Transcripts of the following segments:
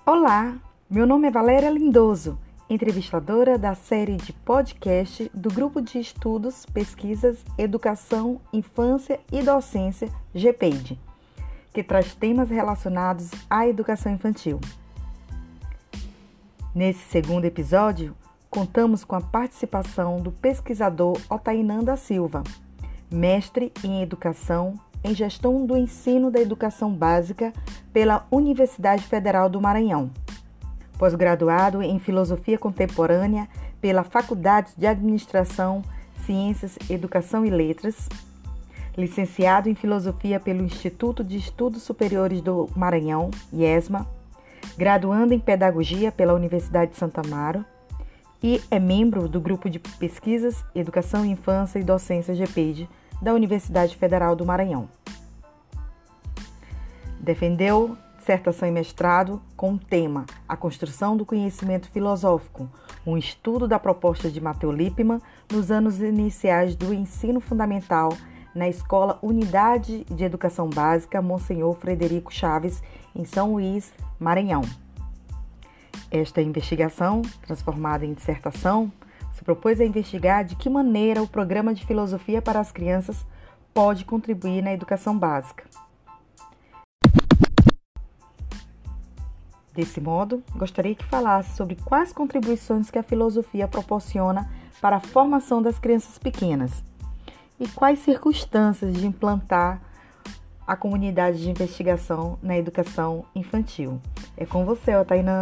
Olá, meu nome é Valéria Lindoso, entrevistadora da série de podcast do Grupo de Estudos, Pesquisas, Educação, Infância e Docência, GPED, que traz temas relacionados à educação infantil. Nesse segundo episódio, contamos com a participação do pesquisador Otainan da Silva, mestre em Educação em Gestão do Ensino da Educação Básica pela Universidade Federal do Maranhão, pós-graduado em Filosofia Contemporânea pela Faculdade de Administração, Ciências, Educação e Letras, licenciado em Filosofia pelo Instituto de Estudos Superiores do Maranhão, IESMA, graduando em Pedagogia pela Universidade de Santo Amaro e é membro do Grupo de Pesquisas, Educação, Infância e Docência GPED da Universidade Federal do Maranhão. Defendeu dissertação e mestrado com o tema A Construção do Conhecimento Filosófico, um estudo da proposta de Matteo Lippmann nos anos iniciais do ensino fundamental na Escola Unidade de Educação Básica Monsenhor Frederico Chaves, em São Luís, Maranhão. Esta investigação, transformada em dissertação, se propôs a investigar de que maneira o programa de filosofia para as crianças pode contribuir na educação básica. Desse modo, gostaria que falasse sobre quais contribuições que a filosofia proporciona para a formação das crianças pequenas e quais circunstâncias de implantar a comunidade de investigação na educação infantil. É com você, Otainan.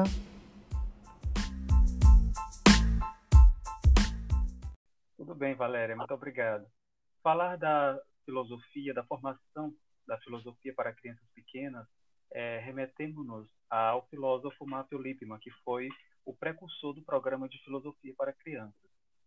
Tudo bem, Valéria, muito obrigado. Falar da filosofia, da formação da filosofia para crianças pequenas, remetemos-nos ao filósofo Matteo Lippmann, que foi o precursor do programa de filosofia para crianças.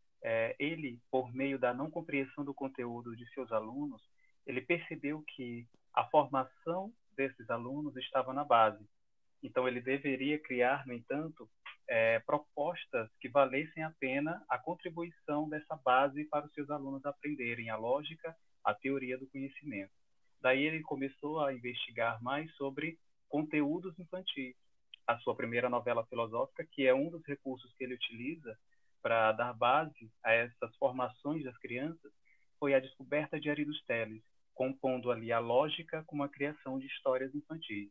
Ele, por meio da não compreensão do conteúdo de seus alunos, ele percebeu que a formação desses alunos estava na base. Então, ele deveria criar, no entanto, propostas que valessem a pena a contribuição dessa base para os seus alunos aprenderem a lógica, a teoria do conhecimento. Daí ele começou a investigar mais sobre conteúdos infantis. A sua primeira novela filosófica, que é um dos recursos que ele utiliza para dar base a essas formações das crianças, foi a descoberta de Aristóteles, compondo ali a lógica com a criação de histórias infantis.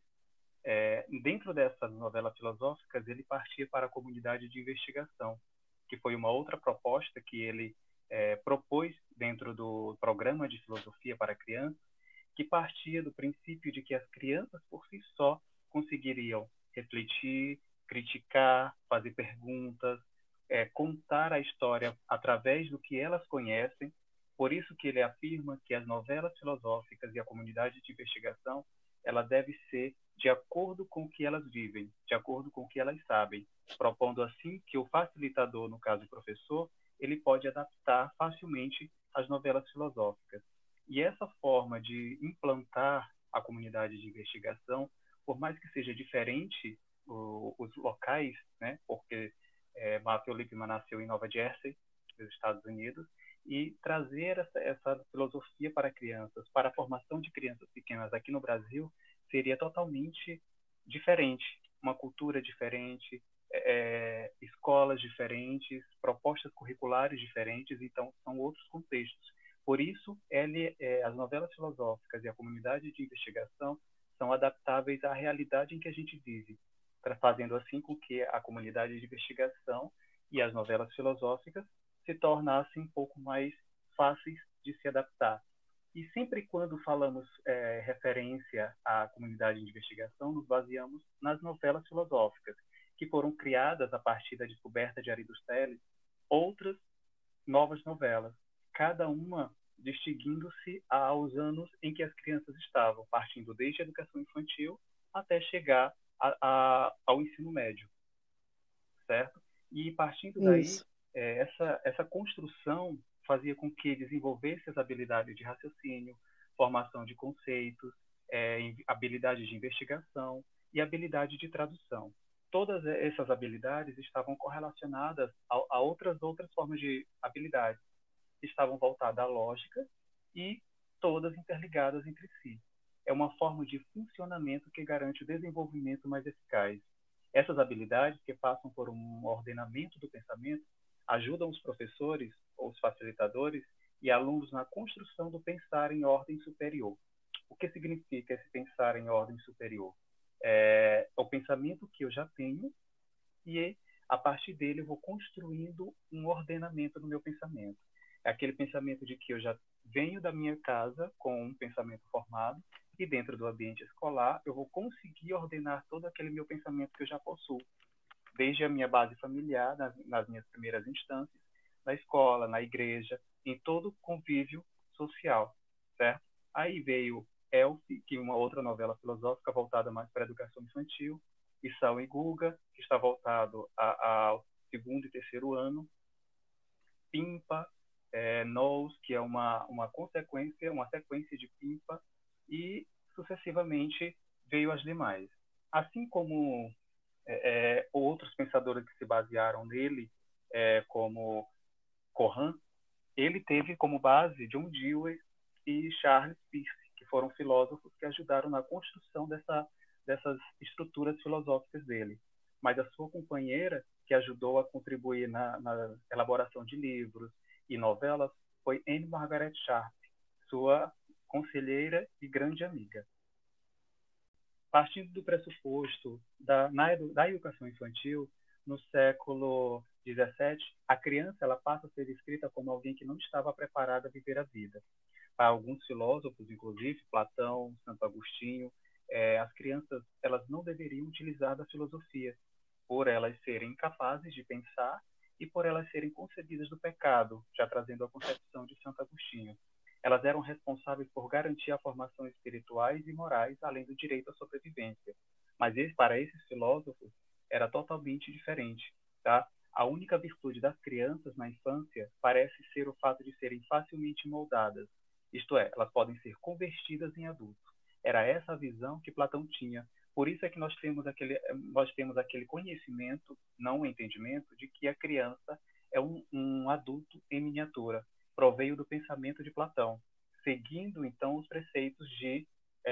Dentro dessas novelas filosóficas, ele partia para a comunidade de investigação, que foi uma outra proposta que ele propôs dentro do programa de filosofia para crianças, que partia do princípio de que as crianças por si só conseguiriam refletir, criticar, fazer perguntas, contar a história através do que elas conhecem. Por isso que ele afirma que as novelas filosóficas e a comunidade de investigação, ela deve ser de acordo com o que elas vivem, de acordo com o que elas sabem, propondo assim que o facilitador, no caso o professor, ele pode adaptar facilmente as novelas filosóficas. E essa forma de implantar a comunidade de investigação, por mais que seja diferente os locais, né, porque Matteo Lippmann nasceu em Nova Jersey, nos Estados Unidos, e trazer essa filosofia para crianças, para a formação de crianças pequenas aqui no Brasil, seria totalmente diferente, uma cultura diferente, escolas diferentes, propostas curriculares diferentes, então são outros contextos. Por isso, as novelas filosóficas e a comunidade de investigação são adaptáveis à realidade em que a gente vive, fazendo assim com que a comunidade de investigação e as novelas filosóficas se tornassem um pouco mais fáceis de se adaptar. E sempre quando falamos referência à comunidade de investigação, nos baseamos nas novelas filosóficas, que foram criadas a partir da descoberta de Aristóteles, outras novas novelas, cada uma distinguindo-se aos anos em que as crianças estavam, partindo desde a educação infantil até chegar ao ensino médio, certo? E partindo daí, essa construção fazia com que desenvolvesse as habilidades de raciocínio, formação de conceitos, habilidade de investigação e habilidade de tradução. Todas essas habilidades estavam correlacionadas a outras formas de habilidades. Estavam voltadas à lógica e todas interligadas entre si. É uma forma de funcionamento que garante o desenvolvimento mais eficaz. Essas habilidades, que passam por um ordenamento do pensamento, ajudam os professores ou os facilitadores e alunos na construção do pensar em ordem superior. O que significa esse pensar em ordem superior? É o pensamento que eu já tenho e, a partir dele, eu vou construindo um ordenamento no meu pensamento. É aquele pensamento de que eu já venho da minha casa com um pensamento formado e, dentro do ambiente escolar, eu vou conseguir ordenar todo aquele meu pensamento que eu já possuo, desde a minha base familiar, nas minhas primeiras instâncias, na escola, na igreja, em todo o convívio social, certo? Aí veio Elf, que é uma outra novela filosófica voltada mais para a educação infantil, e Saul e Guga, que está voltado ao segundo e terceiro ano, Pimpa, Nous, que é uma consequência, uma sequência de Pimpa, e sucessivamente veio as demais. Assim como outros pensadores que se basearam nele, como Cohan, ele teve como base John Dewey e Charles Peirce, que foram filósofos que ajudaram na construção dessas estruturas filosóficas dele. Mas a sua companheira, que ajudou a contribuir na elaboração de livros e novelas, foi Anne Margaret Sharp, sua conselheira e grande amiga. Partindo do pressuposto da educação infantil, no século XVII, a criança ela passa a ser descrita como alguém que não estava preparada a viver a vida. Para alguns filósofos, inclusive Platão, Santo Agostinho, as crianças elas não deveriam utilizar da filosofia, por elas serem incapazes de pensar e por elas serem concebidas do pecado, já trazendo a concepção de Santo Agostinho. Elas eram responsáveis por garantir a formação espirituais e morais, além do direito à sobrevivência. Mas para esses filósofos era totalmente diferente, tá? A única virtude das crianças na infância parece ser o fato de serem facilmente moldadas, isto é, elas podem ser convertidas em adultos. Era essa a visão que Platão tinha. Por isso é que nós temos aquele conhecimento, não o entendimento, de que a criança é um adulto em miniatura. Proveio do pensamento de Platão, seguindo então os preceitos de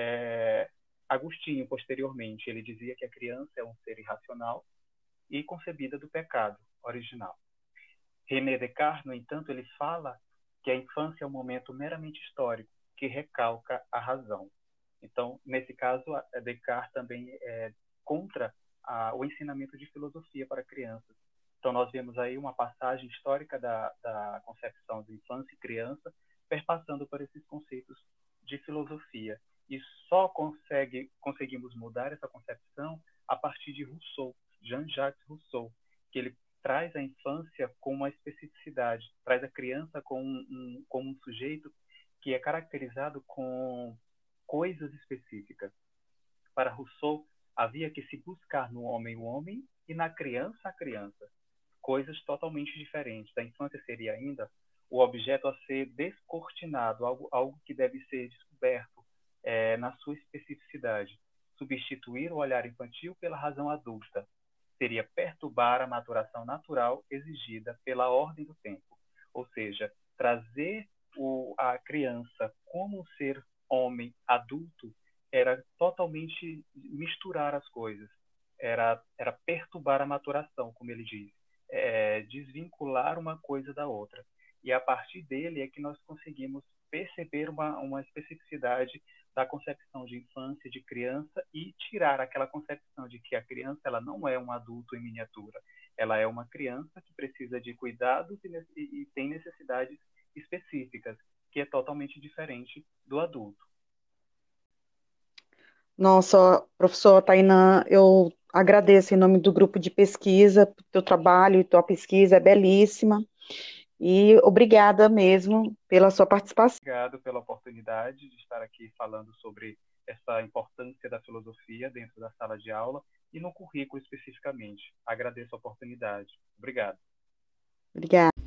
Agostinho posteriormente. Ele dizia que a criança é um ser irracional e concebida do pecado original. René Descartes, no entanto, ele fala que a infância é um momento meramente histórico que recalca a razão. Então, nesse caso, Descartes também é contra o ensinamento de filosofia para crianças. Então, nós vemos aí uma passagem histórica da concepção de infância e criança, perpassando por esses conceitos de filosofia. E só conseguimos mudar essa concepção a partir de Rousseau, Jean-Jacques Rousseau, que ele traz a infância com uma especificidade, traz a criança como um sujeito que é caracterizado com coisas específicas. Para Rousseau, havia que se buscar no homem o homem e na criança a criança. Coisas totalmente diferentes. Da infância seria ainda o objeto a ser descortinado, algo que deve ser descoberto na sua especificidade. Substituir o olhar infantil pela razão adulta seria perturbar a maturação natural exigida pela ordem do tempo. Ou seja, trazer a criança como um ser homem adulto era totalmente misturar as coisas, era perturbar a maturação, como ele diz, desvincular uma coisa da outra. E a partir dele é que nós conseguimos perceber uma especificidade da concepção de infância, de criança, e tirar aquela concepção de que a criança ela não é um adulto em miniatura. Ela é uma criança que precisa de cuidados e tem necessidades específicas, que é totalmente diferente do adulto. Nossa, professor Tainã, eu agradeço em nome do grupo de pesquisa, teu trabalho e tua pesquisa é belíssima. E obrigada mesmo pela sua participação. Obrigado pela oportunidade de estar aqui falando sobre essa importância da filosofia dentro da sala de aula e no currículo especificamente. Agradeço a oportunidade. Obrigado. Obrigada.